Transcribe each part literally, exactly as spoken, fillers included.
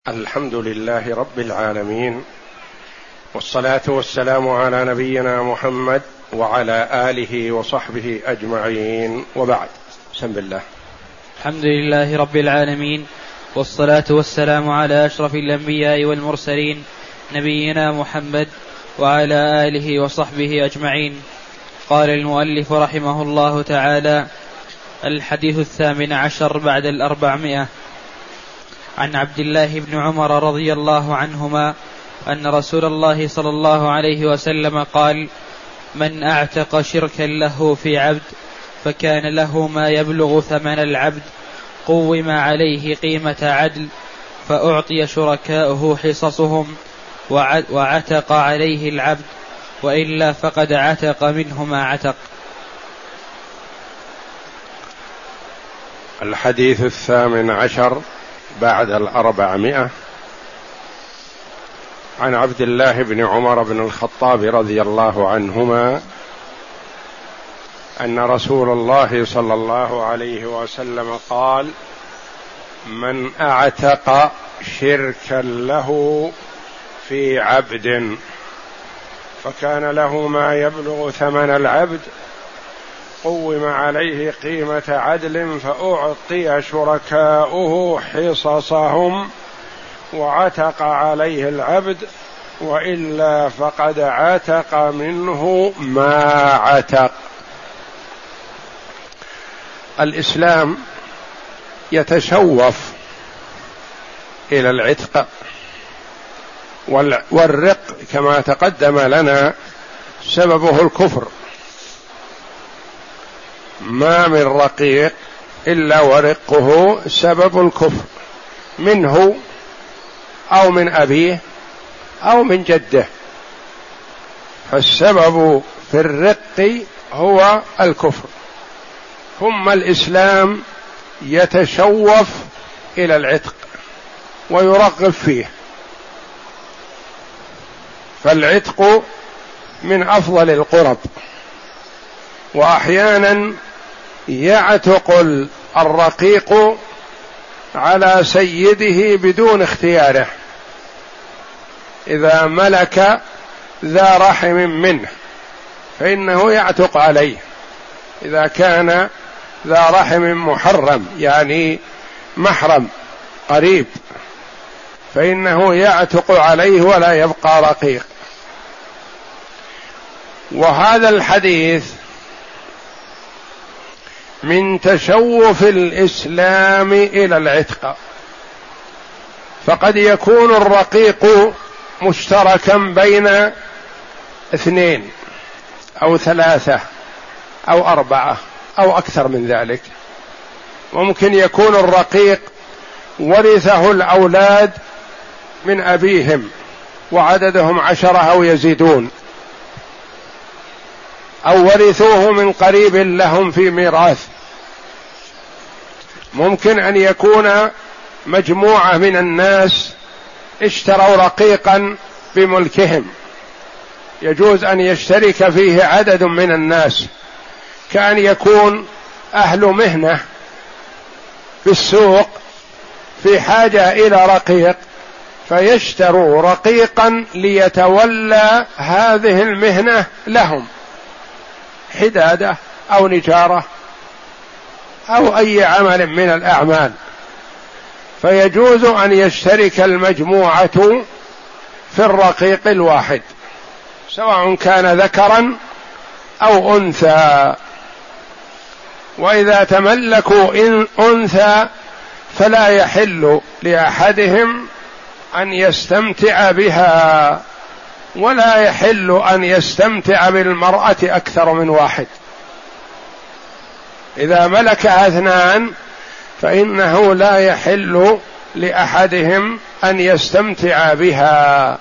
الحمد لله رب العالمين، والصلاة والسلام على نبينا محمد وعلى آله وصحبه أجمعين، وبعد. بسم الله. الحمد لله رب العالمين، والصلاة والسلام على أشرف الأنبياء والمرسلين نبينا محمد وعلى آله وصحبه أجمعين. قال المؤلف رحمه الله تعالى: الحديث الثامن عشر بعد الأربعمائة. عن عبد الله بن عمر رضي الله عنهما أن رسول الله صلى الله عليه وسلم قال: من أعتق شركا له في عبد فكان له ما يبلغ ثمن العبد قوم عليه قيمة عدل، فأعطي شركاؤه حصصهم وعتق عليه العبد، وإلا فقد عتق منه ما عتق. الحديث الثامن عشر بعد الأربعمائة. عن عبد الله بن عمر بن الخطاب رضي الله عنهما أن رسول الله صلى الله عليه وسلم قال: من أعتق شركا له في عبد فكان له ما يبلغ ثمن العبد قوم عليه قيمة عدل، فأعطي شركاؤه حصصهم وعتق عليه العبد، وإلا فقد عتق منه ما عتق. الإسلام يتشوف إلى العتق والرق، كما تقدم لنا سببه الكفر، ما من رقيق إلا ورقه سبب الكفر، منه أو من أبيه أو من جده، فالسبب في الرق هو الكفر. ثم الإسلام يتشوف إلى العتق ويرغب فيه، فالعتق من أفضل القرب، وأحيانا يعتق الرقيق على سيده بدون اختياره، إذا ملك ذا رحم منه فإنه يعتق عليه، إذا كان ذا رحم محرم يعني محرم قريب فإنه يعتق عليه ولا يبقى رقيق. وهذا الحديث من تشوف الإسلام إلى العتق، فقد يكون الرقيق مشتركا بين اثنين أو ثلاثة أو أربعة أو أكثر من ذلك. ممكن يكون الرقيق ورثه الأولاد من أبيهم وعددهم عشرة أو يزيدون، أو ورثوه من قريب لهم في ميراث. ممكن أن يكون مجموعة من الناس اشتروا رقيقا بملكهم، يجوز أن يشترك فيه عدد من الناس، كأن يكون أهل مهنة في السوق في حاجة إلى رقيق فيشتروا رقيقا ليتولى هذه المهنة لهم، حدادة أو نجارة أو أي عمل من الأعمال، فيجوز أن يشترك المجموعة في الرقيق الواحد سواء كان ذكرا أو أنثى. وإذا تملكوا إن أنثى فلا يحل لأحدهم أن يستمتع بها، ولا يحل أن يستمتع بالمرأة أكثر من واحد. إذا ملكها اثنان فإنه لا يحل لأحدهم أن يستمتع بها.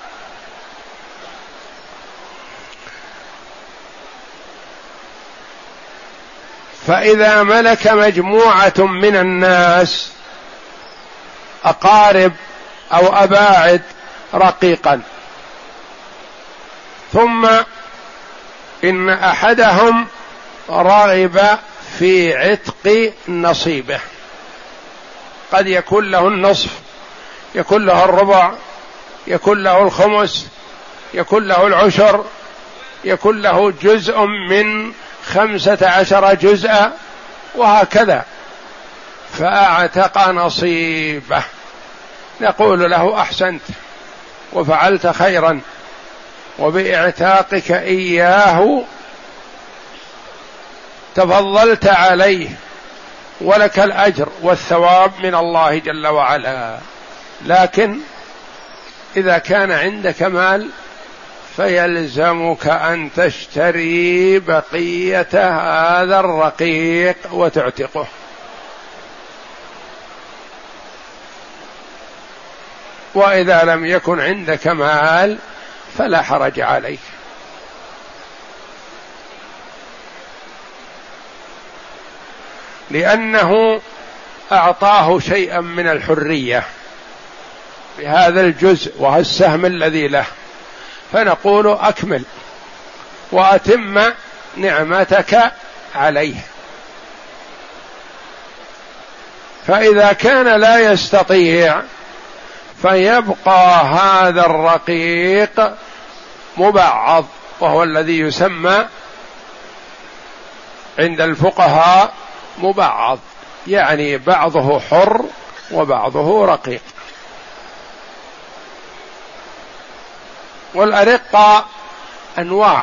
فإذا ملك مجموعة من الناس أقارب أو أباعد رقيقا، ثم إن أحدهم رغب في عتق نصيبه، قد يكون له النصف يكون له الربع، يكون له الخمس، يكون له العشر، يكون له جزء من خمسة عشر جزءا، وهكذا. فأعتق نصيبه، نقول له أحسنت وفعلت خيرا، وبإعتاقك إياه تفضلت عليه، ولك الأجر والثواب من الله جل وعلا. لكن إذا كان عندك مال فيلزمك أن تشتري بقية هذا الرقيق وتعتقه. وإذا لم يكن عندك مال فلا حرج عليك. لأنه أعطاه شيئا من الحرية بهذا الجزء وهالسهم الذي له، فنقول أكمل وأتم نعمتك عليه. فإذا كان لا يستطيع فيبقى هذا الرقيق مبعض، وهو الذي يسمى عند الفقهاء مبعض، يعني بعضه حر وبعضه رقيق. والأرقة أنواع،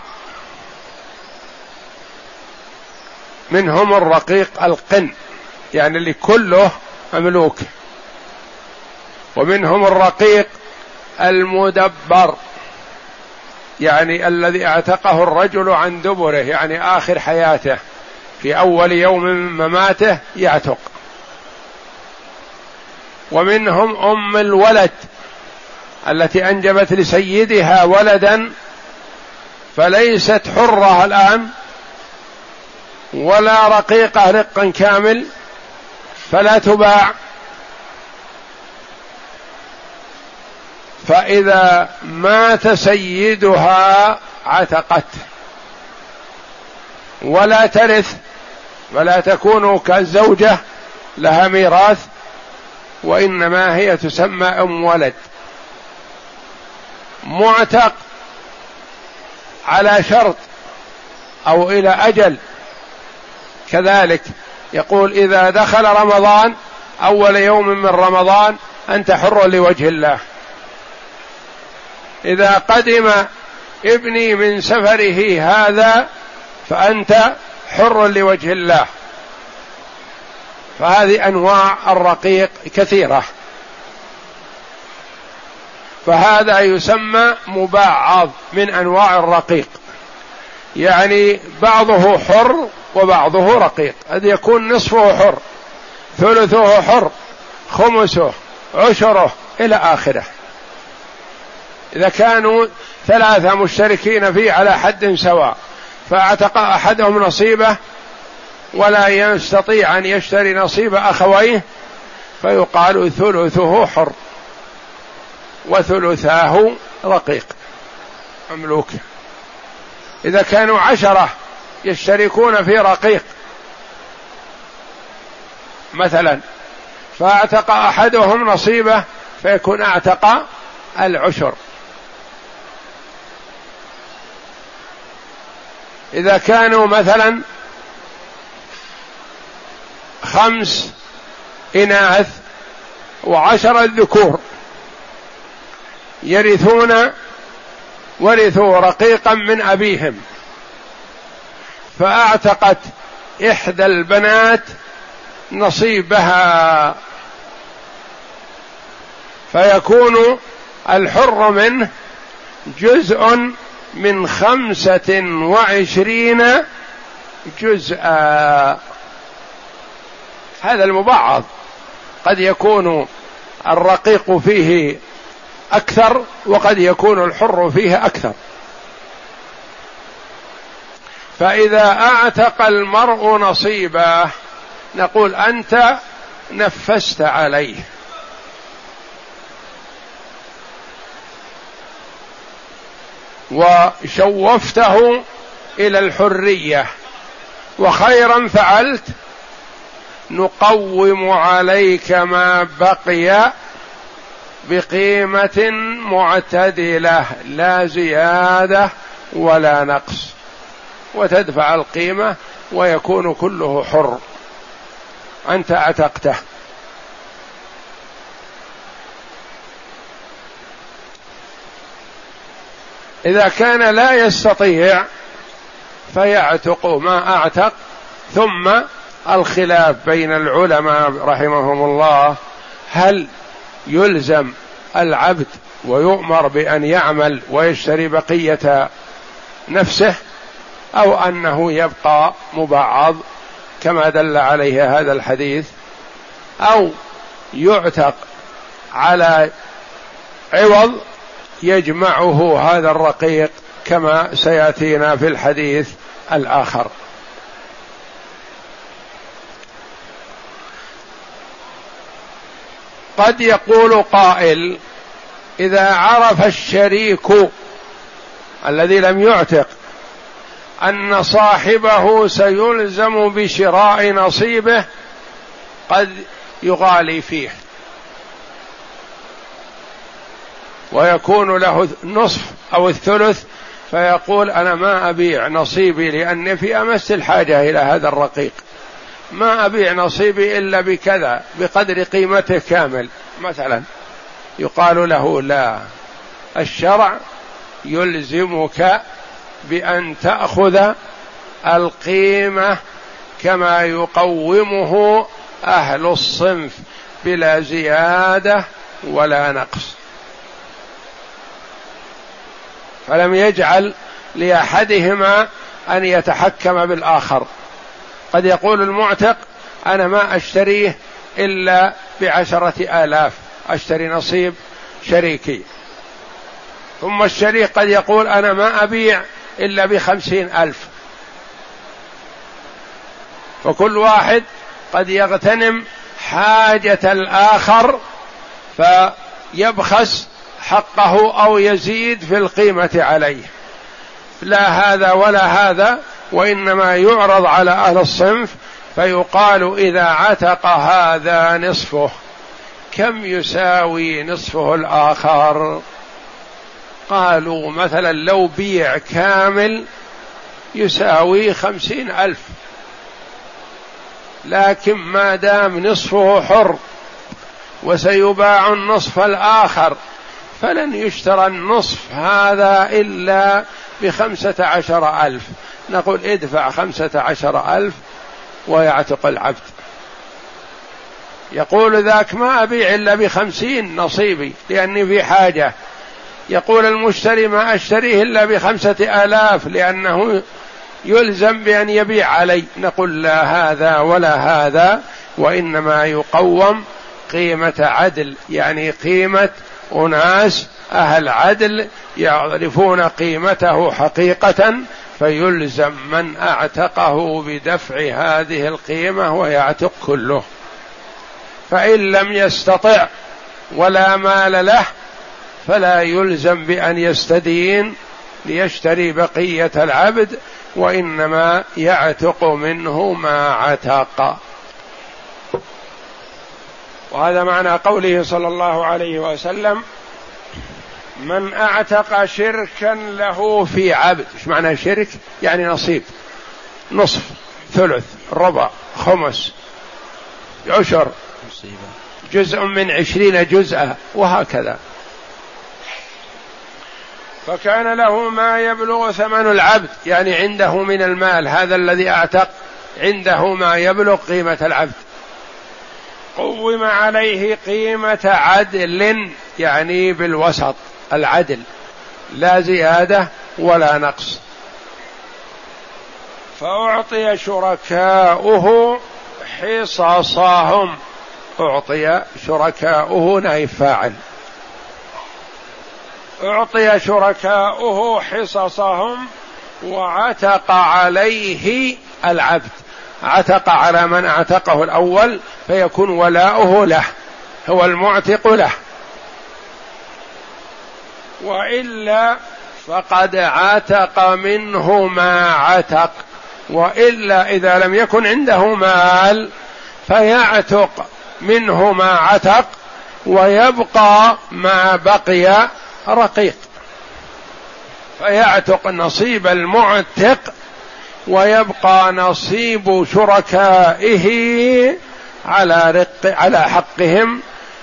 منهم الرقيق القن يعني اللي كله مملوك، ومنهم الرقيق المدبر يعني الذي اعتقه الرجل عن دبره، يعني آخر حياته في أول يوم من مماته يعتق. ومنهم أم الولد التي أنجبت لسيدها ولدا فليست حرة الآن ولا رقيقة رقا كامل فلا تباع، فإذا مات سيدها عتقت ولا ترث ولا تكون كالزوجة لها ميراث، وإنما هي تسمى أم ولد. معتق على شرط أو إلى أجل كذلك، يقول إذا دخل رمضان أول يوم من رمضان أنت حر لوجه الله، إذا قدم ابني من سفره هذا فأنت حر لوجه الله. فهذه أنواع الرقيق كثيرة، فهذا يسمى مبعض من أنواع الرقيق، يعني بعضه حر وبعضه رقيق، قد يكون نصفه حر، ثلثه حر، خمسه، عشره إلى آخره. إذا كانوا ثلاثة مشتركين فيه على حد سواء فاعتق أحدهم نصيبه ولا يستطيع أن يشتري نصيب أخويه فيقال ثلثه حر وثلثاه رقيق مملوك. إذا كانوا عشرة يشتركون في رقيق مثلا فاعتق أحدهم نصيبه فيكون اعتق العشر. إذا كانوا مثلا خمس إناث وعشرة ذكور يرثون ورثوا رقيقا من أبيهم، فأعتقت إحدى البنات نصيبها، فيكون الحر منه جزء من خمسة وعشرين جزءا. هذا المبعض قد يكون الرقيق فيه أكثر وقد يكون الحر فيه أكثر. فإذا أعتق المرء نصيبه نقول أنت نفست عليه، وشوفته إلى الحرية، وخيرا فعلت، نقوم عليك ما بقي بقيمة معتدلة لا زيادة ولا نقص، وتدفع القيمة ويكون كله حر، أنت أعتقته. إذا كان لا يستطيع فيعتق ما أعتق. ثم الخلاف بين العلماء رحمهم الله، هل يلزم العبد ويؤمر بأن يعمل ويشتري بقية نفسه، أو أنه يبقى مبعض كما دل عليه هذا الحديث، أو يعتق على عوض يجمعه هذا الرقيق كما سيأتينا في الحديث الآخر. قد يقول قائل: إذا عرف الشريك الذي لم يعتق أن صاحبه سيلزم بشراء نصيبه قد يغالي فيه ويكون له نصف أو الثلث، فيقول: أنا ما أبيع نصيبي لأني في أمس الحاجة إلى هذا الرقيق، ما أبيع نصيبي إلا بكذا بقدر قيمته كامل مثلا. يقال له: لا، الشرع يلزمك بأن تأخذ القيمة كما يقومه أهل الصنف بلا زيادة ولا نقص. فلم يجعل لأحدهما أن يتحكم بالآخر. قد يقول المعتق: أنا ما أشتريه إلا بعشرة آلاف، أشتري نصيب شريكي. ثم الشريك قد يقول: أنا ما أبيع إلا بخمسين ألف. فكل واحد قد يغتنم حاجة الآخر فيبخس حقه أو يزيد في القيمة عليه. لا هذا ولا هذا، وإنما يعرض على أهل الصنف فيقال: إذا عتق هذا نصفه، كم يساوي نصفه الآخر؟ قالوا مثلا لو بيع كامل يساوي خمسين ألف، لكن ما دام نصفه حر وسيباع النصف الآخر فلن يشترى النصف هذا إلا بخمسة عشر ألف. نقول: ادفع خمسة عشر ألف ويعتق العبد. يقول ذاك: ما أبيع إلا بخمسين نصيبي لأني في حاجة. يقول المشتري: ما أشتريه إلا بخمسة آلاف لأنه يلزم بأن يبيع علي. نقول: لا هذا ولا هذا، وإنما يقوم قيمة عدل، يعني قيمة أناس أهل عدل يعرفون قيمته حقيقة، فيلزم من أعتقه بدفع هذه القيمة ويعتق كله. فإن لم يستطع ولا مال له فلا يلزم بأن يستدين ليشتري بقية العبد، وإنما يعتق منه ما عتق. وهذا معنى قوله صلى الله عليه وسلم: من أعتق شركا له في عبد. إيش معنى شرك؟ يعني نصيب، نصف، ثلث، ربع، خمس، عشر، جزء من عشرين جزءا، وهكذا. فكان له ما يبلغ ثمن العبد، يعني عنده من المال هذا الذي أعتق عنده ما يبلغ قيمة العبد. قوم عليه قيمة عدل، يعني بالوسط، العدل، لا زيادة ولا نقص. فأعطي شركاؤه حصصهم. أعطي شركاؤه نائب فاعل. أعطي شركاؤه حصصهم وعتق عليه العبد. عتق على من اعتقه الأول فيكون ولاؤه له، هو المعتق له. وإلا فقد عتق منه ما عتق. وإلا إذا لم يكن عنده مال فيعتق منه ما عتق، ويبقى ما بقي رقيق، فيعتق نصيب المعتق ويبقى نصيب شركائه على رق على حقهم،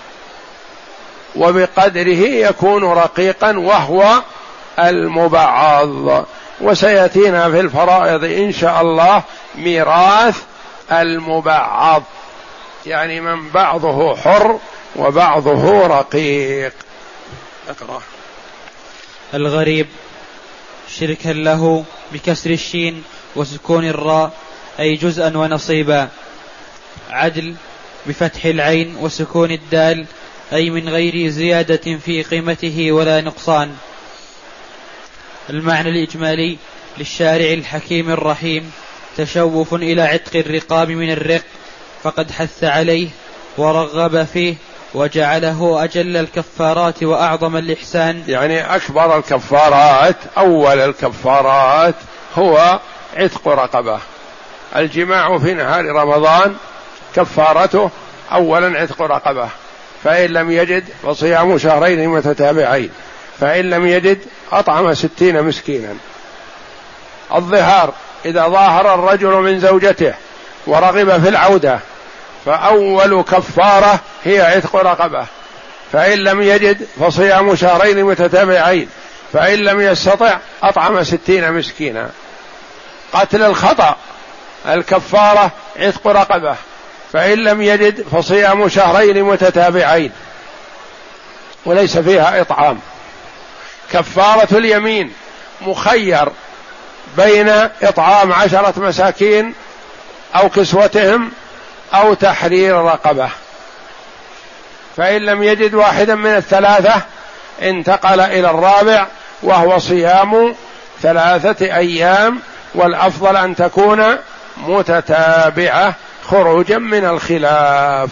وبقدره يكون رقيقا وهو المبعض. وسيأتينا في الفرائض إن شاء الله ميراث المبعض، يعني من بعضه حر وبعضه رقيق. اقرأ. الغريب شركا له بكسر الشين وسكون الراء أي جزءا ونصيبا. عدل بفتح العين وسكون الدال أي من غير زيادة في قيمته ولا نقصان. المعنى الإجمالي للشارع الحكيم الرحيم تشوف إلى عتق الرقاب من الرق، فقد حث عليه ورغب فيه وجعله أجل الكفارات وأعظم الإحسان. يعني أكبر الكفارات، أول الكفارات هو عتق رقبة. الجماع في نهار رمضان كفارته أولا عتق رقبة، فإن لم يجد فصيام شهرين متتابعين، فإن لم يجد أطعم ستين مسكينا. الظهار إذا ظاهر الرجل من زوجته ورغب في العودة فأول كفارة هي عتق رقبة، فإن لم يجد فصيام شهرين متتابعين، فإن لم يستطع أطعم ستين مسكينا. قتل الخطأ الكفارة عتق رقبة، فإن لم يجد فصيام شهرين متتابعين وليس فيها إطعام. كفارة اليمين مخير بين إطعام عشرة مساكين أو كسوتهم أو تحرير رقبة، فإن لم يجد واحدا من الثلاثة انتقل إلى الرابع وهو صيام ثلاثة أيام، والأفضل أن تكون متتابعة خروجا من الخلاف.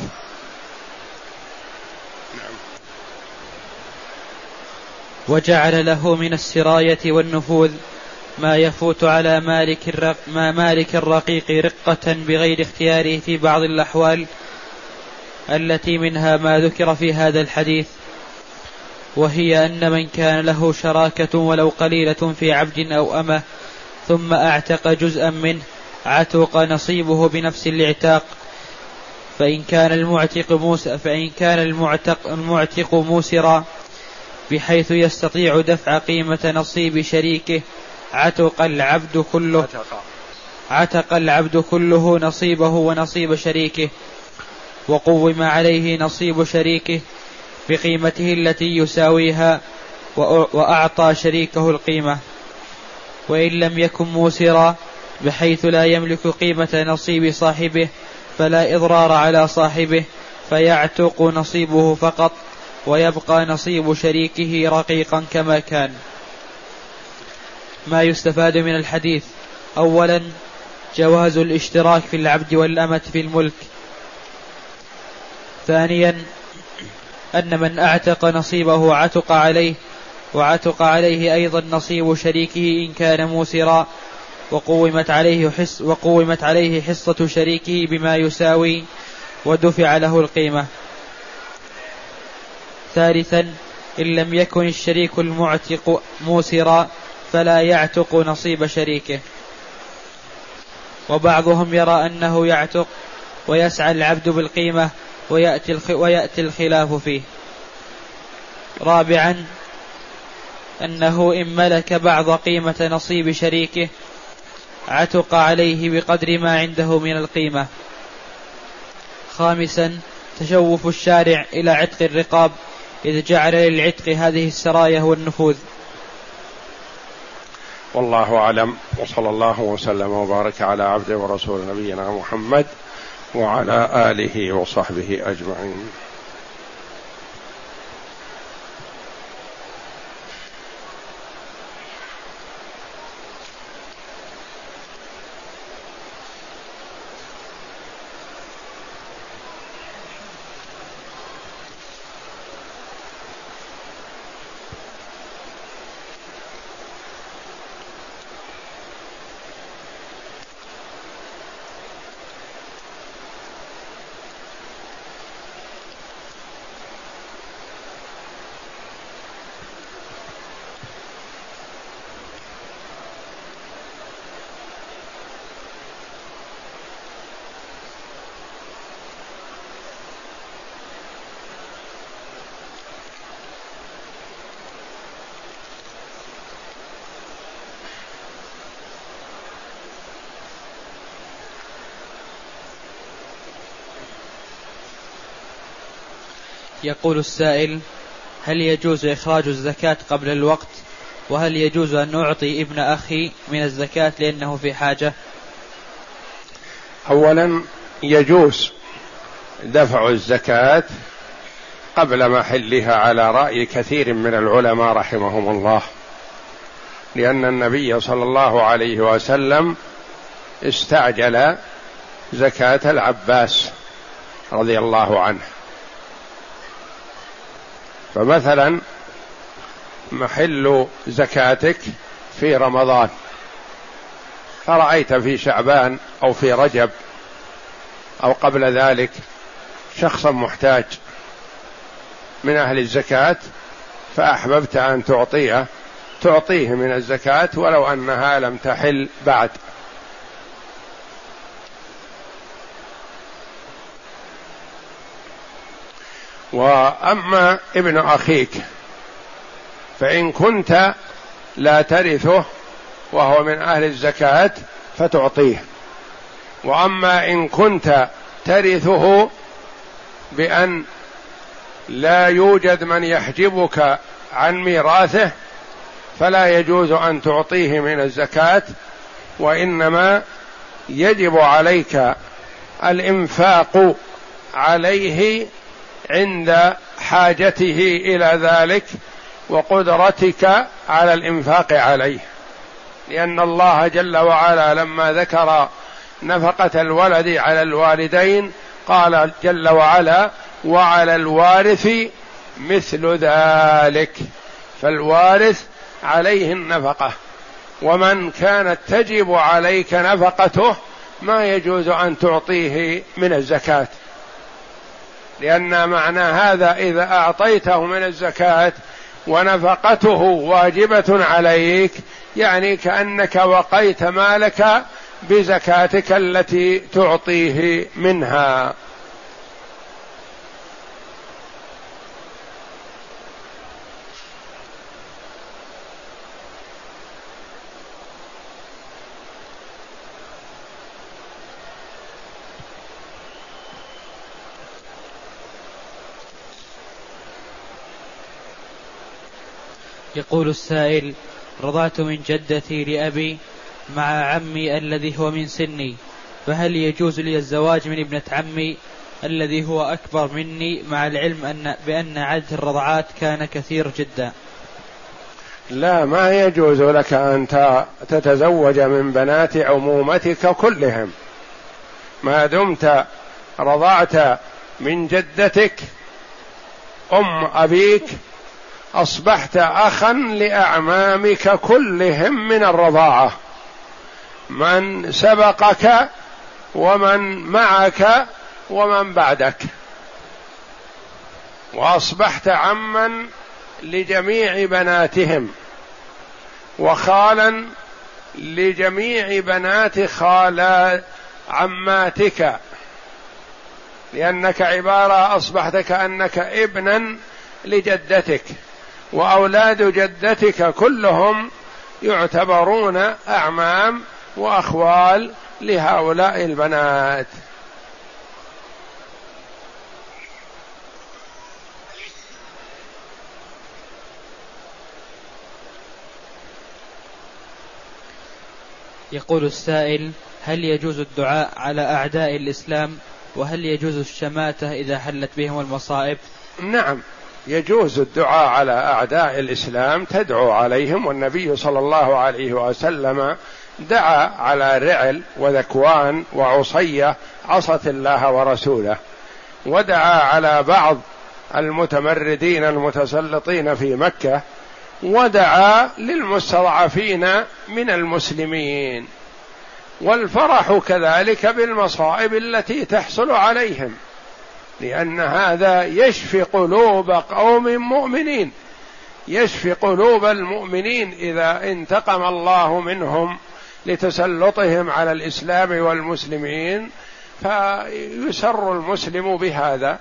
وجعل له من السراية والنفوذ ما يفوت على مالك الرق ما مالك الرقيق رقة بغير اختياره في بعض الأحوال، التي منها ما ذكر في هذا الحديث، وهي أن من كان له شراكة ولو قليلة في عبد أو أمة ثم أعتق جزءا منه عتق نصيبه بنفس الاعتاق، فإن كان المعتق موس فإن كان المعتق المعتق موسرا بحيث يستطيع دفع قيمة نصيب شريكه عتق العبد كله عتق العبد كله نصيبه ونصيب شريكه، وقوم عليه نصيب شريكه بقيمته التي يساويها وأعطى شريكه القيمة. وإن لم يكن موسرا بحيث لا يملك قيمة نصيب صاحبه فلا إضرار على صاحبه، فيعتق نصيبه فقط ويبقى نصيب شريكه رقيقا كما كان. ما يستفاد من الحديث: أولا جواز الاشتراك في العبد والأمة في الملك. ثانيا أن من أعتق نصيبه عتق عليه، وعتق عليه أيضا نصيب شريكه إن كان موسرا، وقومت عليه حص وقومت عليه حصة شريكه بما يساوي ودفع له القيمة. ثالثا إن لم يكن الشريك المعتق موسرا فلا يعتق نصيب شريكه. وبعضهم يرى أنه يعتق ويسعى العبد بالقيمة ويأتي, الخ... ويأتي الخلاف فيه. رابعا أنه إن ملك بعض قيمة نصيب شريكه عتق عليه بقدر ما عنده من القيمة. خامسا تشوف الشارع إلى عتق الرقاب إذ جعل للعتق هذه السرايا والنفوذ. والله أعلم، وصلى الله وسلم وبارك على عبده ورسول نبينا محمد وعلى آله وصحبه أجمعين. يقول السائل: هل يجوز إخراج الزكاة قبل الوقت؟ وهل يجوز أن أعطي ابن أخي من الزكاة لأنه في حاجة؟ أولا يجوز دفع الزكاة قبل محلها على رأي كثير من العلماء رحمهم الله، لأن النبي صلى الله عليه وسلم استعجل زكاة العباس رضي الله عنه. فمثلا محل زكاتك في رمضان، فرأيت في شعبان أو في رجب أو قبل ذلك شخصا محتاج من أهل الزكاة، فأحببت أن تعطيه تعطيه من الزكاة ولو أنها لم تحل بعد. وأما ابن أخيك فإن كنت لا ترثه وهو من أهل الزكاة فتعطيه، وأما إن كنت ترثه بأن لا يوجد من يحجبك عن ميراثه فلا يجوز أن تعطيه من الزكاة، وإنما يجب عليك الإنفاق عليه عند حاجته إلى ذلك وقدرتك على الإنفاق عليه، لأن الله جل وعلا لما ذكر نفقة الولد على الوالدين قال جل وعلا: وعلى الوارث مثل ذلك، فالوارث عليه النفقة، ومن كانت تجب عليك نفقته ما يجوز أن تعطيه من الزكاة، لأن معنى هذا إذا أعطيته من الزكاة ونفقته واجبة عليك يعني كأنك وقيت مالك بزكاتك التي تعطيه منها. يقول السائل: رضعت من جدتي لأبي مع عمي الذي هو من سني، فهل يجوز لي الزواج من ابنة عمي الذي هو أكبر مني، مع العلم أن بأن عدد الرضعات كان كثير جدا؟ لا، ما يجوز لك أن تتزوج من بنات عمومتك كلهم، ما دمت رضعت من جدتك أم أبيك أصبحت أخا لأعمامك كلهم من الرضاعة، من سبقك ومن معك ومن بعدك، وأصبحت عما لجميع بناتهم وخالا لجميع بنات خالات عماتك، لأنك عبارة أصبحت كأنك ابنا لجدتك، وأولاد جدتك كلهم يعتبرون أعمام وأخوال لهؤلاء البنات. يقول السائل: هل يجوز الدعاء على أعداء الإسلام؟ وهل يجوز الشماتة إذا حلت بهم المصائب؟ نعم، يجوز الدعاء على أعداء الإسلام، تدعو عليهم، والنبي صلى الله عليه وسلم دعا على رعل وذكوان وعصية عصت الله ورسوله، ودعا على بعض المتمردين المتسلطين في مكة، ودعا للمستضعفين من المسلمين، والفرح كذلك بالمصائب التي تحصل عليهم، لأن هذا يشفي قلوب قوم مؤمنين، يشفي قلوب المؤمنين إذا انتقم الله منهم لتسلطهم على الإسلام والمسلمين، فيسر المسلم بهذا.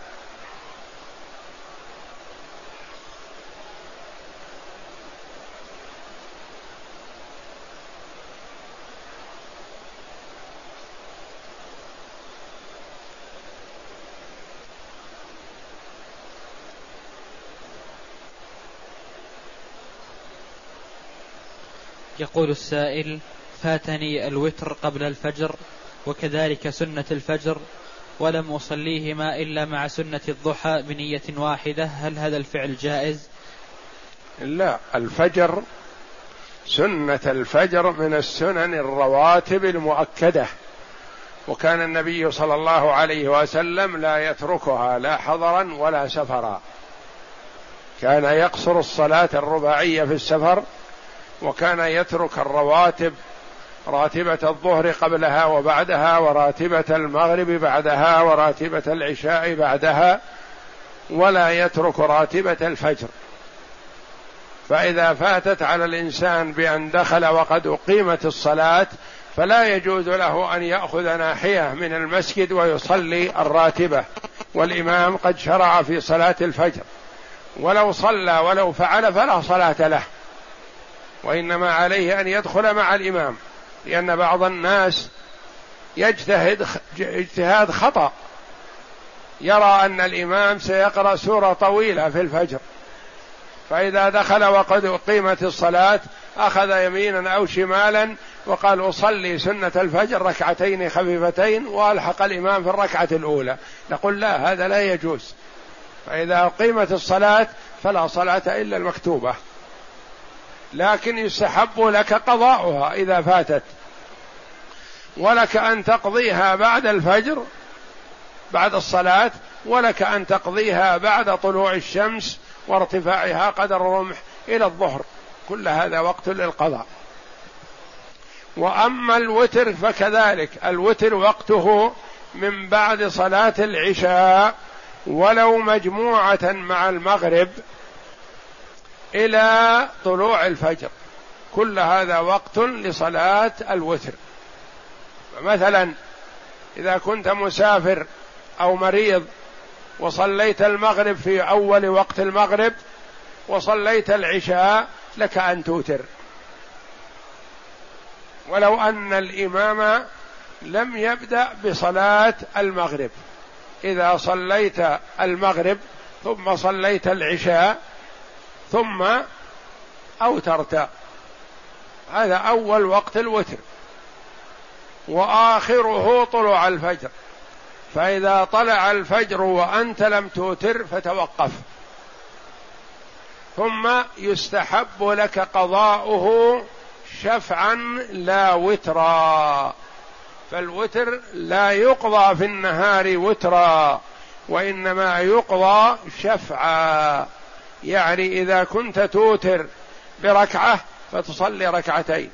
يقول السائل: فاتني الوتر قبل الفجر وكذلك سنة الفجر ولم أصليهما إلا مع سنة الضحى بنية واحدة، هل هذا الفعل جائز؟ لا، الفجر سنة الفجر من السنن الرواتب المؤكدة، وكان النبي صلى الله عليه وسلم لا يتركها لا حضرا ولا سفرا، كان يقصر الصلاة الرباعية في السفر، وكان يترك الرواتب، راتبة الظهر قبلها وبعدها، وراتبة المغرب بعدها، وراتبة العشاء بعدها، ولا يترك راتبة الفجر. فإذا فاتت على الإنسان بأن دخل وقد أقيمت الصلاة فلا يجوز له أن يأخذ ناحية من المسجد ويصلي الراتبة والإمام قد شرع في صلاة الفجر، ولو صلى ولو فعل فلا صلاة له، وإنما عليه أن يدخل مع الإمام، لأن بعض الناس يجتهد اجتهاد خطأ، يرى أن الإمام سيقرأ سورة طويلة في الفجر، فإذا دخل وقد أقيمت الصلاة أخذ يمينا أو شمالا وقال أصلي سنة الفجر ركعتين خفيفتين وألحق الإمام في الركعة الأولى، نقول لا، هذا لا يجوز. فإذا أقيمت الصلاة فلا صلاة إلا المكتوبة، لكن يستحب لك قضاؤها إذا فاتت، ولك أن تقضيها بعد الفجر بعد الصلاة، ولك أن تقضيها بعد طلوع الشمس وارتفاعها قدر الرمح إلى الظهر، كل هذا وقت للقضاء. وأما الوتر فكذلك، الوتر وقته من بعد صلاة العشاء ولو مجموعة مع المغرب إلى طلوع الفجر، كل هذا وقت لصلاة الوتر. مثلا إذا كنت مسافر أو مريض وصليت المغرب في أول وقت المغرب وصليت العشاء لك أن توتر، ولو أن الإمام لم يبدأ بصلاة المغرب، إذا صليت المغرب ثم صليت العشاء ثم أوترت، هذا أول وقت الوتر، وآخره طلوع الفجر، فإذا طلع الفجر وأنت لم توتر فتوقف، ثم يستحب لك قضاؤه شفعا لا وترا، فالوتر لا يقضى في النهار وترا وإنما يقضى شفعا، يعني إذا كنت توتر بركعة فتصلي ركعتين،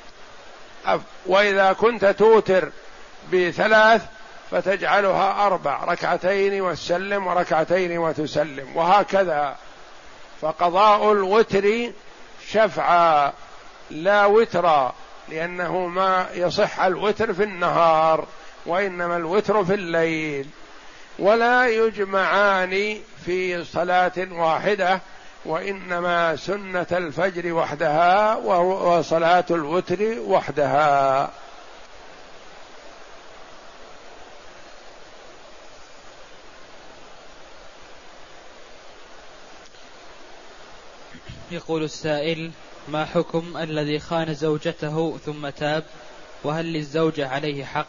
وإذا كنت توتر بثلاث فتجعلها أربع، ركعتين وتسلم وركعتين وتسلم، وهكذا. فقضاء الوتر شفعا لا وترا، لأنه ما يصح الوتر في النهار وإنما الوتر في الليل، ولا يجمعان في صلاة واحدة، وإنما سنة الفجر وحدها وصلاة الوتر وحدها. يقول السائل: ما حكم الذي خان زوجته ثم تاب، وهل للزوجة عليه حق؟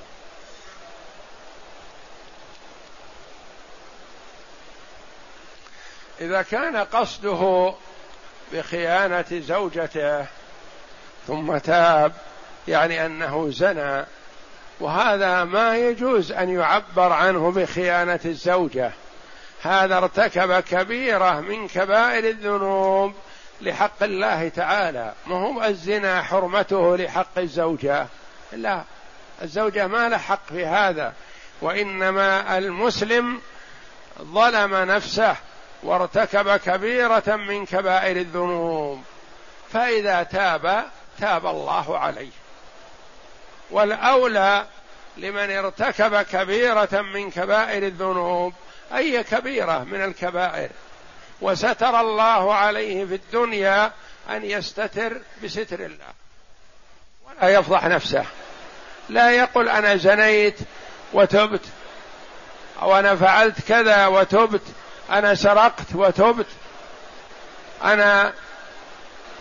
إذا كان قصده بخيانة زوجته ثم تاب، يعني أنه زنى، وهذا ما يجوز أن يعبر عنه بخيانة الزوجة، هذا ارتكب كبيرة من كبائر الذنوب لحق الله تعالى، ما هو الزنا حرمته لحق الزوجة، لا، الزوجة ما لها حق في هذا، وإنما المسلم ظلم نفسه وارتكب كبيرة من كبائر الذنوب، فإذا تاب تاب الله عليه. والأولى لمن ارتكب كبيرة من كبائر الذنوب أي كبيرة من الكبائر وستر الله عليه في الدنيا أن يستتر بستر الله ولا يفضح نفسه، لا يقول أنا زنيت وتبت، أو أنا فعلت كذا وتبت، أنا سرقت وتبت، أنا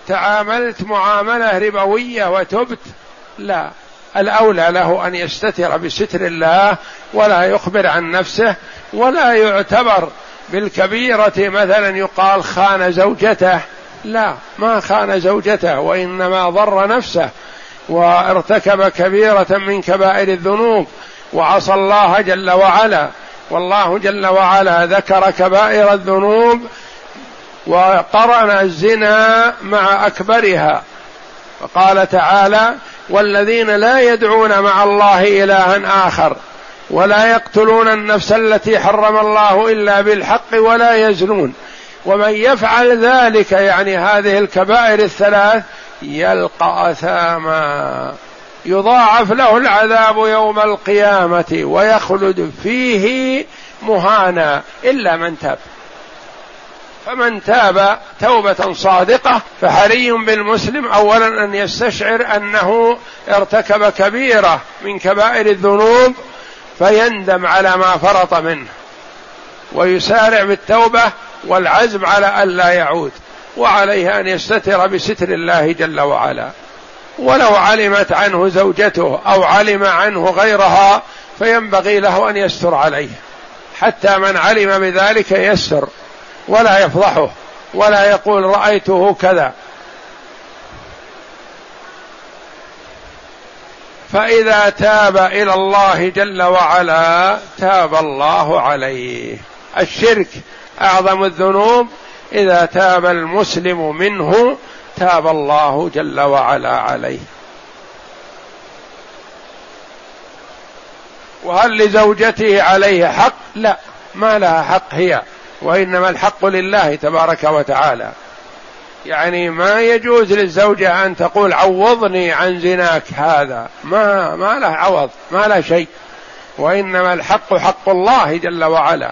تعاملت معاملة ربوية وتبت، لا، الأولى له أن يستتر بستر الله ولا يخبر عن نفسه، ولا يعتبر بالكبيرة مثلا يقال خان زوجته، لا، ما خان زوجته، وإنما ضر نفسه وارتكب كبيرة من كبائر الذنوب وعصى الله جل وعلا. والله جل وعلا ذكر كبائر الذنوب وقرن الزنا مع أكبرها، فقال تعالى: والذين لا يدعون مع الله إلها آخر ولا يقتلون النفس التي حرم الله إلا بالحق ولا يزنون ومن يفعل ذلك، يعني هذه الكبائر الثلاث، يلقى أثاما يضاعف له العذاب يوم القيامة ويخلد فيه مهانا إلا من تاب. فمن تاب توبة صادقة فحري بالمسلم أولا أن يستشعر أنه ارتكب كبيرة من كبائر الذنوب فيندم على ما فرط منه ويسارع بالتوبة والعزم على ألا يعود، وعليه أن يستتر بستر الله جل وعلا. ولو علمت عنه زوجته أو علم عنه غيرها فينبغي له أن يستر عليه، حتى من علم بذلك يستر ولا يفضحه ولا يقول رأيته كذا. فإذا تاب إلى الله جل وعلا تاب الله عليه. الشرك أعظم الذنوب، إذا تاب المسلم منه تاب الله جل وعلا عليه. وهل لزوجته عليه حق؟ لا، ما لها حق هي، وإنما الحق لله تبارك وتعالى. يعني ما يجوز للزوجة أن تقول عوضني عن زناك هذا، ما ما له عوض، ما له شيء، وإنما الحق حق الله جل وعلا.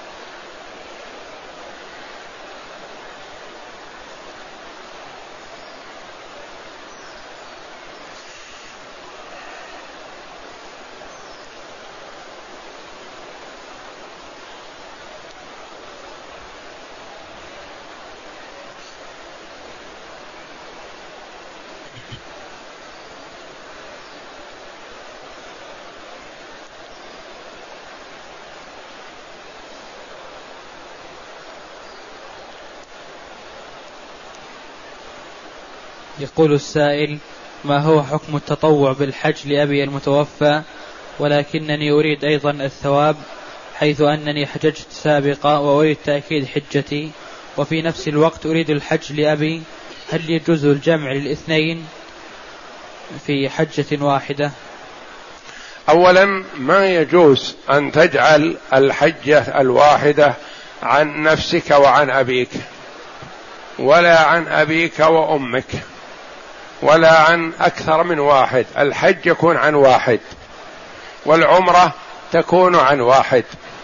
يقول السائل: ما هو حكم التطوع بالحج لأبي المتوفى، ولكنني أريد أيضا الثواب، حيث أنني حججت سابقا وأريد تأكيد حجتي، وفي نفس الوقت أريد الحج لأبي، هل يجوز الجمع للاثنين في حجة واحدة؟ أولا ما يجوز أن تجعل الحجة الواحدة عن نفسك وعن أبيك، ولا عن أبيك وأمك، ولا عن أكثر من واحد. الحج يكون عن واحد، والعمرة تكون عن واحد.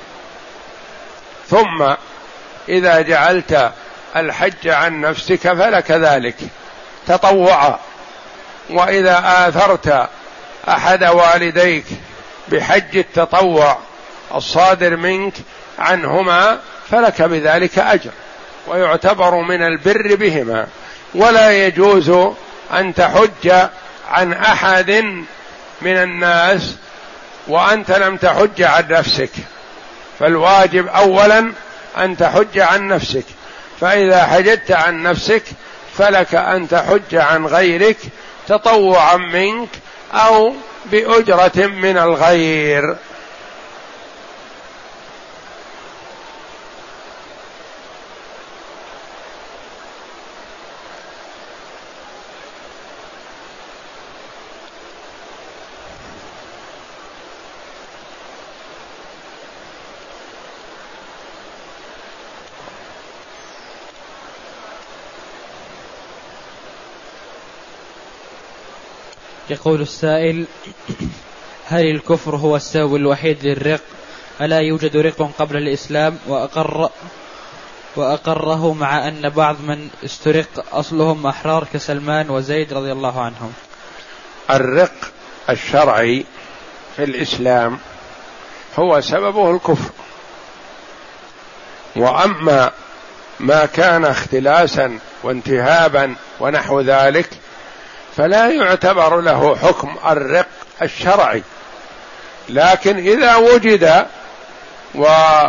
ثم إذا جعلت الحج عن نفسك فلك ذلك تطوعا، وإذا آثرت أحد والديك بحج التطوع الصادر منك عنهما فلك بذلك أجر، ويعتبر من البر بهما. ولا يجوز أن تحج عن أحد من الناس وأنت لم تحج عن نفسك، فالواجب أولا أن تحج عن نفسك، فإذا حججت عن نفسك فلك أن تحج عن غيرك تطوعا منك أو بأجرة من الغير. يقول السائل: هل الكفر هو السبب الوحيد للرق؟ ألا يوجد رق قبل الإسلام وأقر وأقره مع أن بعض من استرق أصلهم أحرار كسلمان وزيد رضي الله عنهم؟ الرق الشرعي في الإسلام هو سببه الكفر، وأما ما كان اختلاسا وانتهابا ونحو ذلك فلا يعتبر له حكم الرق الشرعي. لكن إذا وجد وكان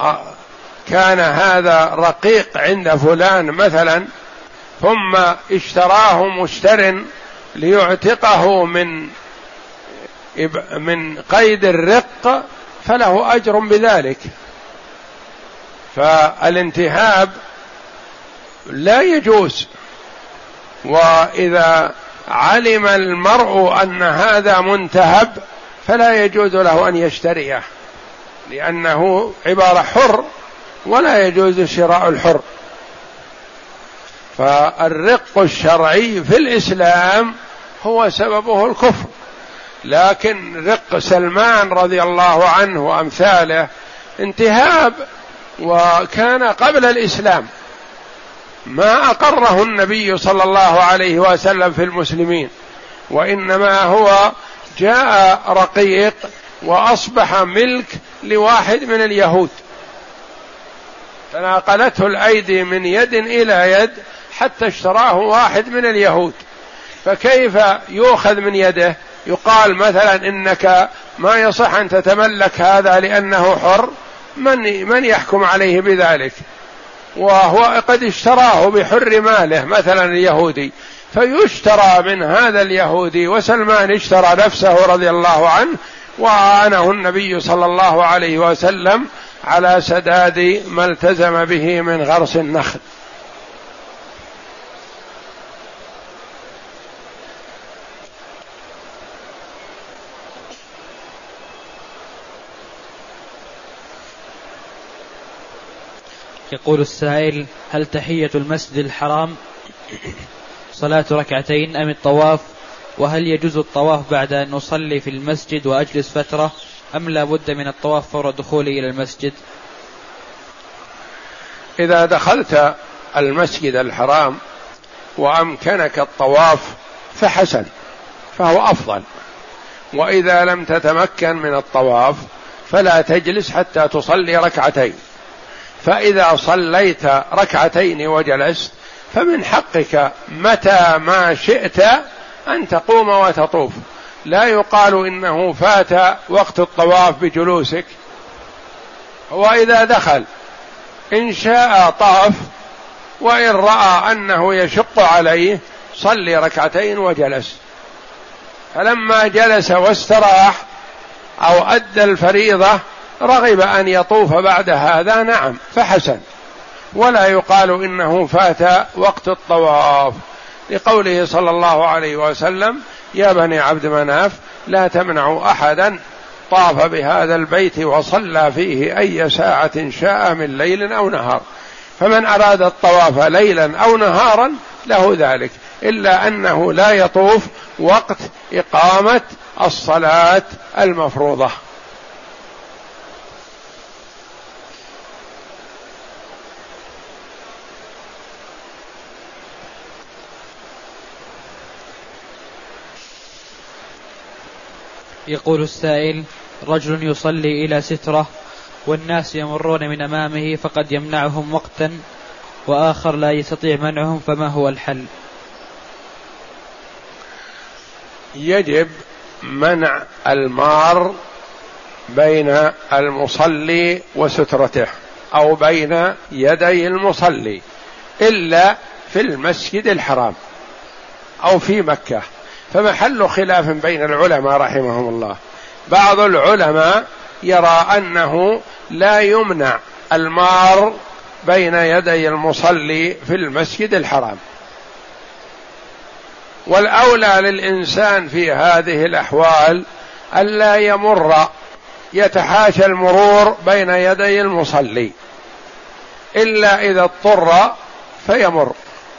هذا رقيق عند فلان مثلا ثم اشتراه مشتر ليعتقه من من قيد الرق فله أجر بذلك. فالانتهاب لا يجوز، وإذا علم المرء أن هذا منتهب فلا يجوز له أن يشتريه، لأنه عبارة حر ولا يجوز شراء الحر. فالرق الشرعي في الإسلام هو سببه الكفر، لكن رق سلمان رضي الله عنه وأمثاله انتهاب وكان قبل الإسلام، ما أقره النبي صلى الله عليه وسلم في المسلمين، وإنما هو جاء رقيق وأصبح ملك لواحد من اليهود، تناقلته الأيدي من يد إلى يد حتى اشتراه واحد من اليهود، فكيف يؤخذ من يده؟ يقال مثلا إنك ما يصح أن تتملك هذا لأنه حر، من من يحكم عليه بذلك؟ وهو قد اشتراه بحر ماله مثلا اليهودي، فيشترى من هذا اليهودي، وسلمان اشترى نفسه رضي الله عنه وأعانه النبي صلى الله عليه وسلم على سداد ما التزم به من غرس النخل. يقول السائل: هل تحية المسجد الحرام صلاة ركعتين أم الطواف؟ وهل يجوز الطواف بعد أن نصلي في المسجد وأجلس فترة، أم لا بد من الطواف فور دخولي إلى المسجد؟ إذا دخلت المسجد الحرام وأمكنك الطواف فحسن، فهو أفضل، وإذا لم تتمكن من الطواف فلا تجلس حتى تصلي ركعتين. فإذا صليت ركعتين وجلست فمن حقك متى ما شئت أن تقوم وتطوف، لا يقال إنه فات وقت الطواف بجلوسك. وإذا دخل إن شاء طاف، وإن رأى أنه يشق عليه صلي ركعتين وجلس، فلما جلس واستراح أو أدى الفريضة رغب أن يطوف بعد هذا، نعم فحسن، ولا يقال إنه فات وقت الطواف، لقوله صلى الله عليه وسلم: يا بني عبد مناف لا تمنعوا أحدا طاف بهذا البيت وصلى فيه أي ساعة شاء من ليل أو نهار. فمن أراد الطواف ليلا أو نهارا له ذلك، إلا أنه لا يطوف وقت إقامة الصلاة المفروضة. يقول السائل: رجل يصلي إلى سترة والناس يمرون من أمامه فقد يمنعهم وقتا، وآخر لا يستطيع منعهم، فما هو الحل؟ يجب منع المار بين المصلي وسترته أو بين يدي المصلي، إلا في المسجد الحرام أو في مكة، فمحل خلاف بين العلماء رحمهم الله. بعض العلماء يرى أنه لا يمنع المار بين يدي المصلي في المسجد الحرام، والأولى للإنسان في هذه الأحوال ألا يمر يتحاشى المرور بين يدي المصلي، إلا إذا اضطر فيمر.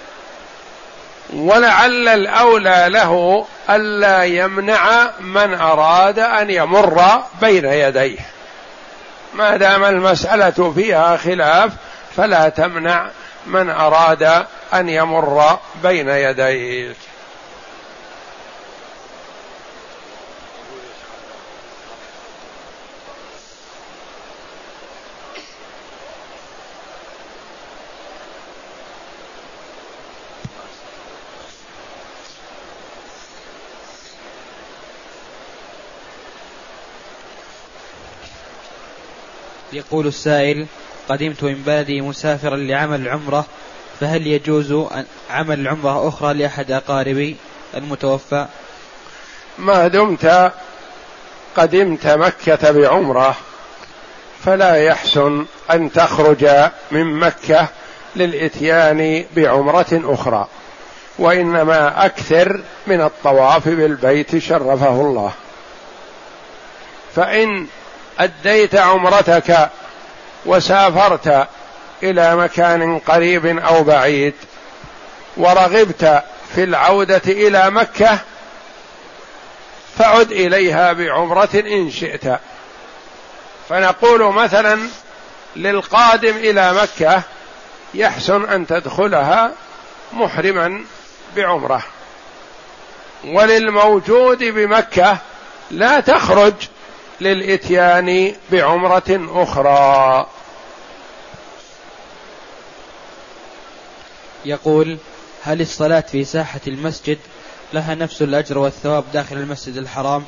ولعل الأولى له ألا يمنع من أراد أن يمر بين يديه، ما دام المسألة فيها خلاف فلا تمنع من أراد أن يمر بين يديه. يقول السائل: قدمت من بلدي مسافرا لعمل العمرة، فهل يجوز عمل العمرة أخرى لأحد أقاربي المتوفى؟ ما دمت قدمت مكة بعمرة فلا يحسن أن تخرج من مكة للإتيان بعمرة أخرى، وإنما أكثر من الطواف بالبيت شرفه الله. فإن أديت عمرتك وسافرت إلى مكان قريب أو بعيد ورغبت في العودة إلى مكة فعد إليها بعمرة إن شئت. فنقول مثلا للقادم إلى مكة يحسن أن تدخلها محرما بعمرة، وللموجود بمكة لا تخرج للإتيان بعمرة أخرى. يقول: هل الصلاة في ساحة المسجد لها نفس الأجر والثواب داخل المسجد الحرام؟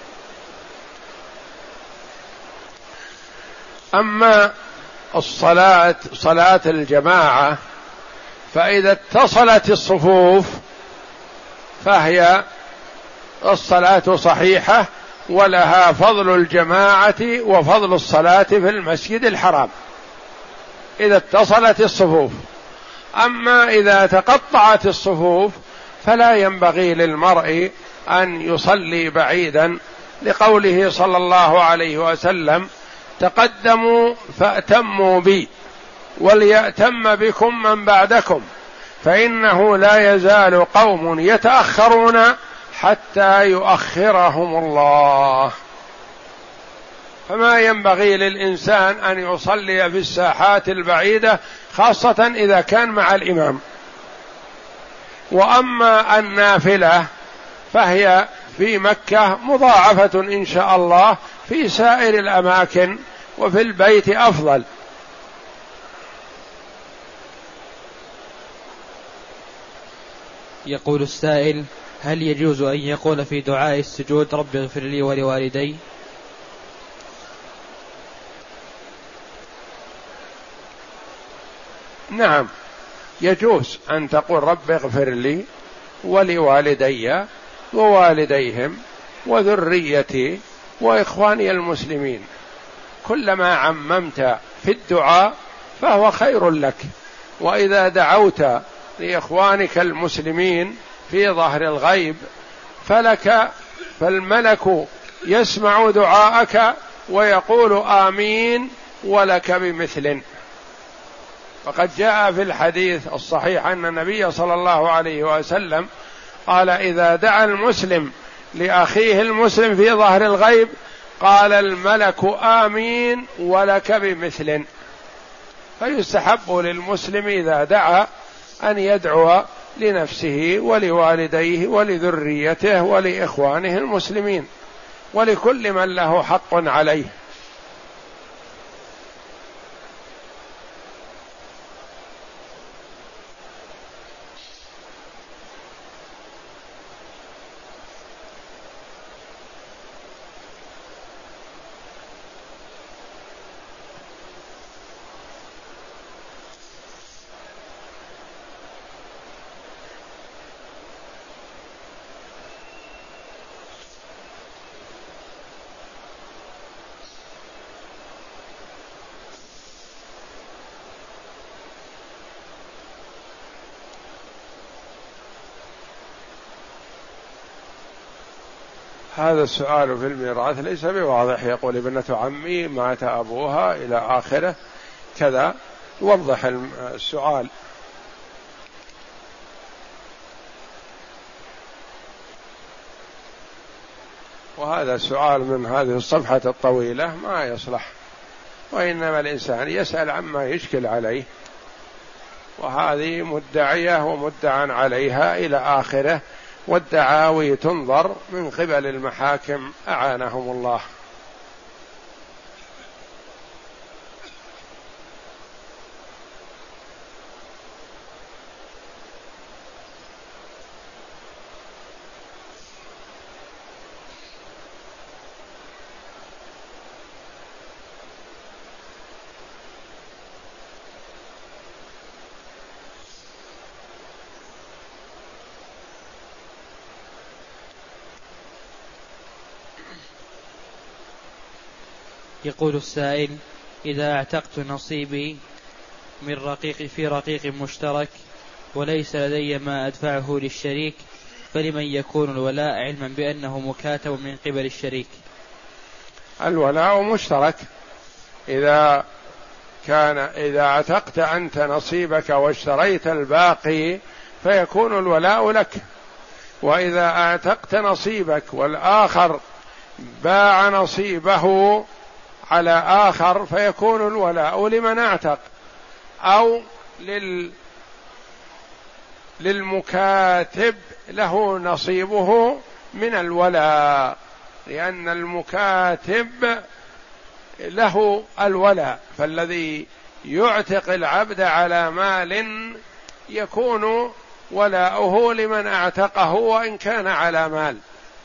أما الصلاة صلاة الجماعة فإذا اتصلت الصفوف فهي الصلاة صحيحة ولها فضل الجماعة وفضل الصلاة في المسجد الحرام إذا اتصلت الصفوف. أما إذا تقطعت الصفوف فلا ينبغي للمرء أن يصلي بعيدا، لقوله صلى الله عليه وسلم: تقدموا فأتموا بي وليأتم بكم من بعدكم، فإنه لا يزال قوم يتأخرون حتى يؤخرهم الله. فما ينبغي للإنسان أن يصلي في الساحات البعيدة خاصة إذا كان مع الإمام. وأما النافلة فهي في مكة مضاعفة إن شاء الله في سائر الأماكن، وفي البيت أفضل. يقول السائل: هل يجوز أن يقول في دعاء السجود رب اغفر لي ولوالدي؟ نعم، يجوز أن تقول رب اغفر لي ولوالدي ووالديهم وذريتي وإخواني المسلمين. كلما عممت في الدعاء فهو خير لك. وإذا دعوت لإخوانك المسلمين في ظهر الغيب فلك فالملك يسمع دعاءك ويقول آمين ولك بمثل. فقد جاء في الحديث الصحيح أن النبي صلى الله عليه وسلم قال: إذا دعا المسلم لأخيه المسلم في ظهر الغيب قال الملك آمين ولك بمثل. فيستحب للمسلم إذا دعا أن يدعو لنفسه ولوالديه ولذريته ولإخوانه المسلمين ولكل من له حق عليه. هذا السؤال في الميراث ليس بواضح. يقول: ابنة عمي مات أبوها إلى آخره كذا، يوضح السؤال. وهذا السؤال من هذه الصفحة الطويلة ما يصلح، وإنما الإنسان يسأل عما يشكل عليه، وهذه مدعية ومدعى عليها إلى آخره، والدعاوي تنظر من قبل المحاكم أعانهم الله. يقول السائل: إذا اعتقت نصيبي من رقيق في رقيق مشترك وليس لدي ما أدفعه للشريك، فلمن يكون الولاء علما بأنه مكاتب من قبل الشريك؟ الولاء مشترك. إذا كان إذا اعتقت أنت نصيبك واشتريت الباقي فيكون الولاء لك، وإذا اعتقت نصيبك والآخر باع نصيبه على آخر فيكون الولاء لمن اعتق، أو لل للمكاتب له نصيبه من الولاء، لأن المكاتب له الولاء، فالذي يعتق العبد على مال يكون ولاؤه لمن اعتقه وإن كان على مال.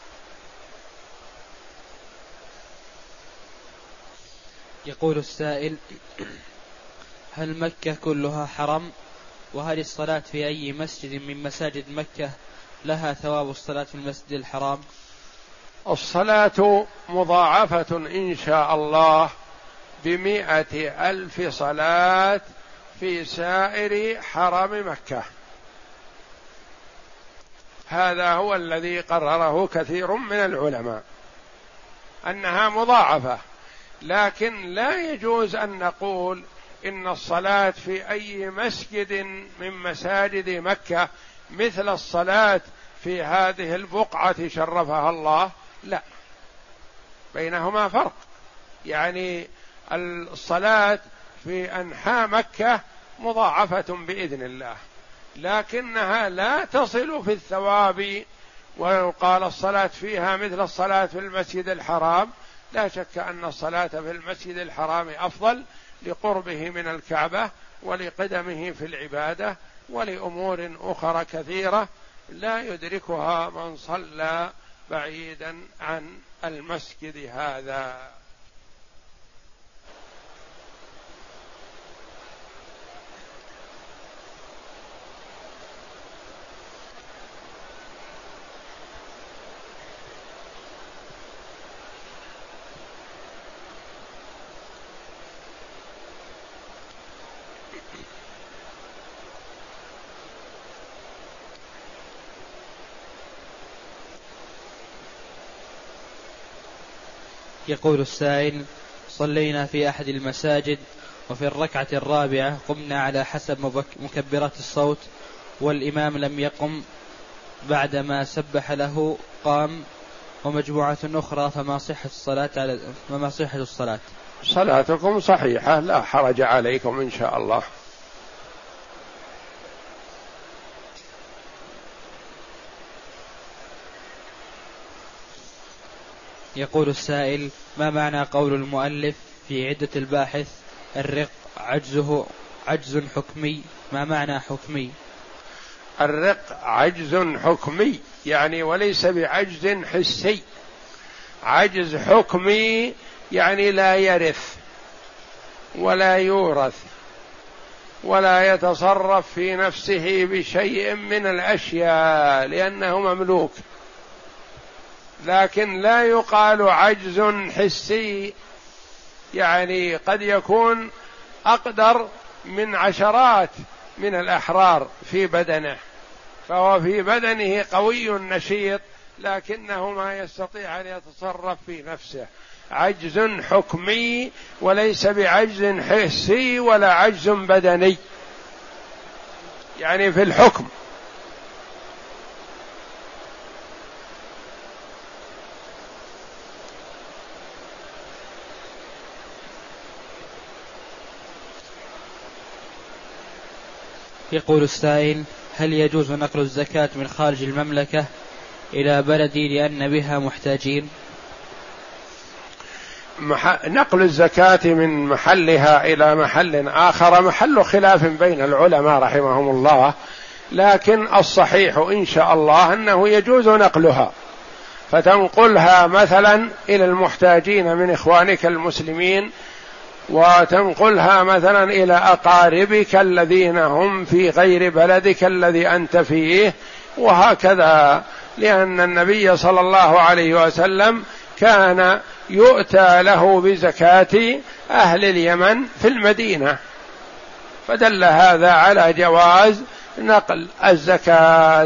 يقول السائل: هل مكة كلها حرم؟ وهل الصلاة في أي مسجد من مساجد مكة لها ثواب الصلاة في المسجد الحرام؟ الصلاة مضاعفة إن شاء الله بمائة ألف صلاة في سائر حرم مكة، هذا هو الذي قرره كثير من العلماء أنها مضاعفة، لكن لا يجوز أن نقول إن الصلاة في أي مسجد من مساجد مكة مثل الصلاة في هذه البقعة شرفها الله، لا، بينهما فرق. يعني الصلاة في أنحاء مكة مضاعفة بإذن الله، لكنها لا تصل في الثواب. وقال الصلاة فيها مثل الصلاة في المسجد الحرام، لا شك أن الصلاة في المسجد الحرام أفضل لقربه من الكعبة ولقدمه في العبادة ولأمور أخرى كثيرة لا يدركها من صلى بعيدا عن المسجد هذا. يقول السائل: صلينا في أحد المساجد وفي الركعة الرابعة قمنا على حسب مكبرات الصوت، والإمام لم يقم بعدما سبح له قام، ومجموعة أخرى، فما صحة الصلاة على فما صحة الصلاة؟ صلاتكم صحيحة لا حرج عليكم إن شاء الله. يقول السائل: ما معنى قول المؤلف في عدة الباحث الرق عجزه عجز حكمي؟ ما معنى حكمي؟ الرق عجز حكمي يعني وليس بعجز حسي. عجز حكمي يعني لا يرث ولا يورث ولا يتصرف في نفسه بشيء من الأشياء لأنه مملوك، لكن لا يقال عجز حسي، يعني قد يكون أقدر من عشرات من الأحرار في بدنه، فهو في بدنه قوي نشيط لكنه ما يستطيع أن يتصرف في نفسه. عجز حكمي وليس بعجز حسي ولا عجز بدني، يعني في الحكم. يقول السائل: هل يجوز نقل الزكاة من خارج المملكة إلى بلدي لأن بها محتاجين؟ نقل الزكاة من محلها إلى محل آخر محل خلاف بين العلماء رحمهم الله، لكن الصحيح إن شاء الله أنه يجوز نقلها، فتنقلها مثلا إلى المحتاجين من إخوانك المسلمين، وتنقلها مثلا إلى أقاربك الذين هم في غير بلدك الذي أنت فيه، وهكذا، لأن النبي صلى الله عليه وسلم كان يؤتى له بزكاة أهل اليمن في المدينة، فدل هذا على جواز نقل الزكاة.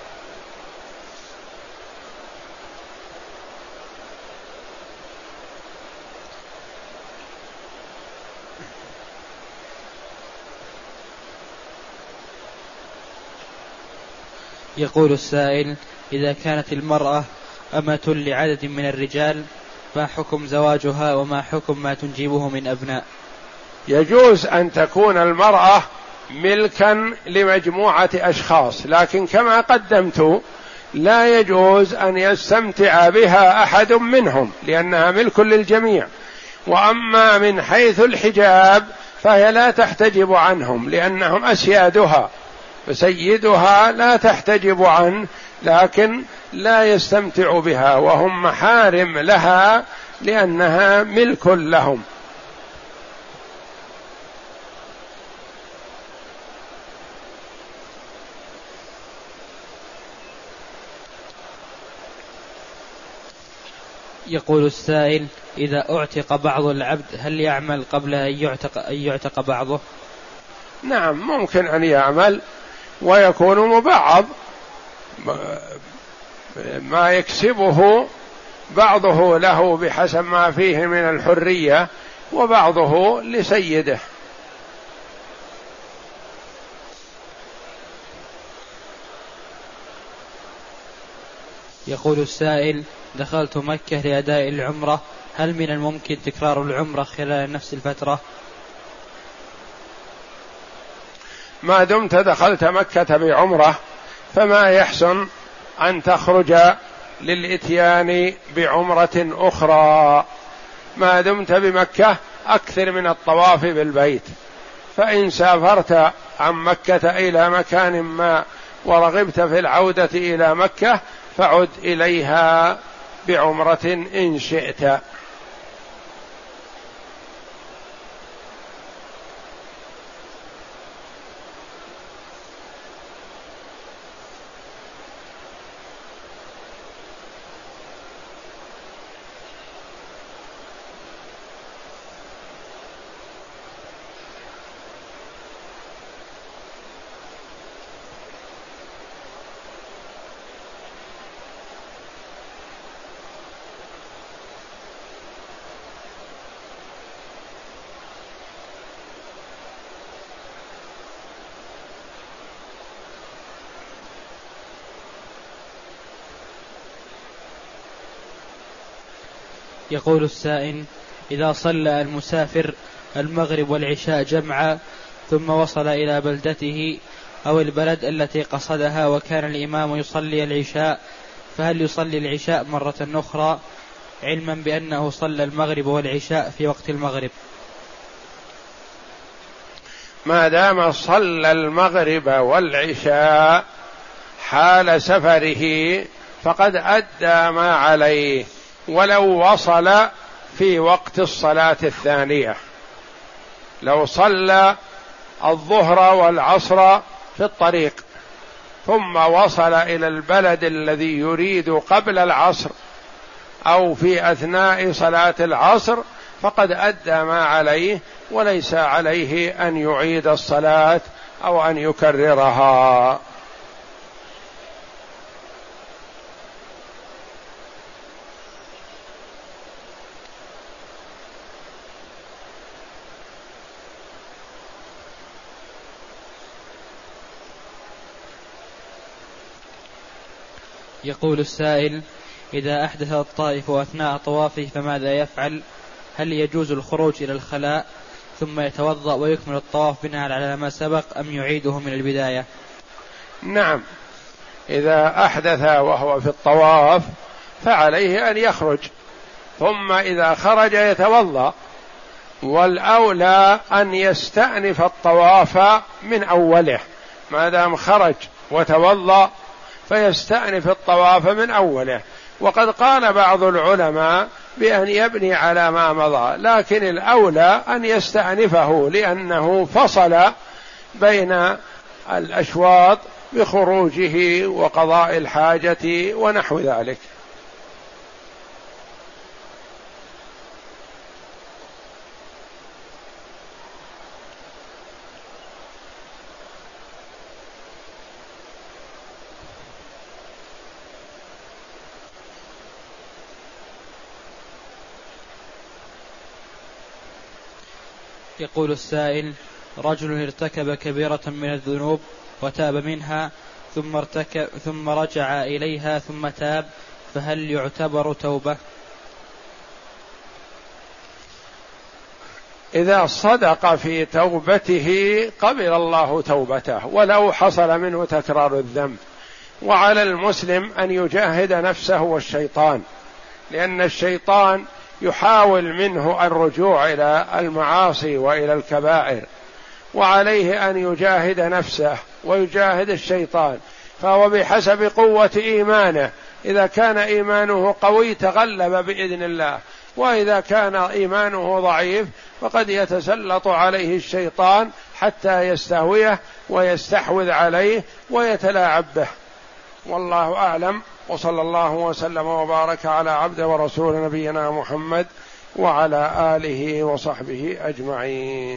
يقول السائل: إذا كانت المرأة أمة لعدد من الرجال ما حكم زواجها وما حكم ما تنجبه من أبناء؟ يجوز أن تكون المرأة ملكا لمجموعة أشخاص، لكن كما قدمت لا يجوز أن يستمتع بها أحد منهم لأنها ملك للجميع. وأما من حيث الحجاب فهي لا تحتجب عنهم لأنهم أسيادها، فسيدها لا تحتجب عنه، لكن لا يستمتع بها، وهم محارم لها لأنها ملك لهم. يقول السائل: إذا أعتق بعض العبد هل يعمل قبل أن يعتق, أن يعتق بعضه؟ نعم، ممكن أن يعمل ويكون مبعض، ما يكسبه بعضه له بحسب ما فيه من الحرية وبعضه لسيده. يقول السائل: دخلت مكة لأداء العمرة، هل من الممكن تكرار العمرة خلال نفس الفترة؟ ما دمت دخلت مكة بعمرة فما يحسن أن تخرج للإتيان بعمرة أخرى. ما دمت بمكة أكثر من الطواف بالبيت، فإن سافرت عن مكة إلى مكان ما ورغبت في العودة إلى مكة فعد إليها بعمرة إن شئت. يقول السائل: إذا صلى المسافر المغرب والعشاء جمعا ثم وصل إلى بلدته أو البلد التي قصدها وكان الإمام يصلي العشاء، فهل يصلي العشاء مرة أخرى علما بأنه صلى المغرب والعشاء في وقت المغرب؟ ما دام صلى المغرب والعشاء حال سفره فقد أدى ما عليه، ولو وصل في وقت الصلاة الثانية. لو صلى الظهر والعصر في الطريق ثم وصل إلى البلد الذي يريد قبل العصر أو في أثناء صلاة العصر فقد أدى ما عليه، وليس عليه أن يعيد الصلاة أو أن يكررها. يقول السائل: إذا أحدث الطائف أثناء طوافه فماذا يفعل؟ هل يجوز الخروج إلى الخلاء ثم يتوضأ ويكمل الطواف بناء على ما سبق أم يعيده من البداية؟ نعم، إذا أحدث وهو في الطواف فعليه أن يخرج، ثم إذا خرج يتوضأ، والأولى أن يستأنف الطواف من أوله. ما دام خرج وتوضأ فيستأنف الطواف من أوله. وقد قال بعض العلماء بأن يبني على ما مضى، لكن الأولى أن يستأنفه لأنه فصل بين الأشواط بخروجه وقضاء الحاجة ونحو ذلك. يقول السائل: رجل ارتكب كبيرة من الذنوب وتاب منها ثم ارتكب ثم رجع إليها ثم تاب، فهل يعتبر توبة؟ إذا صدق في توبته قبل الله توبته ولو حصل منه تكرار الذنب. وعلى المسلم أن يجاهد نفسه والشيطان، لأن الشيطان يحاول منه الرجوع إلى المعاصي وإلى الكبائر، وعليه أن يجاهد نفسه ويجاهد الشيطان، فهو بحسب قوة إيمانه. إذا كان إيمانه قوي تغلب بإذن الله، وإذا كان إيمانه ضعيف فقد يتسلط عليه الشيطان حتى يستهويه ويستحوذ عليه ويتلاعب به. والله أعلم، وصلى الله وسلم وبارك على عبده ورسول نبينا محمد وعلى آله وصحبه أجمعين.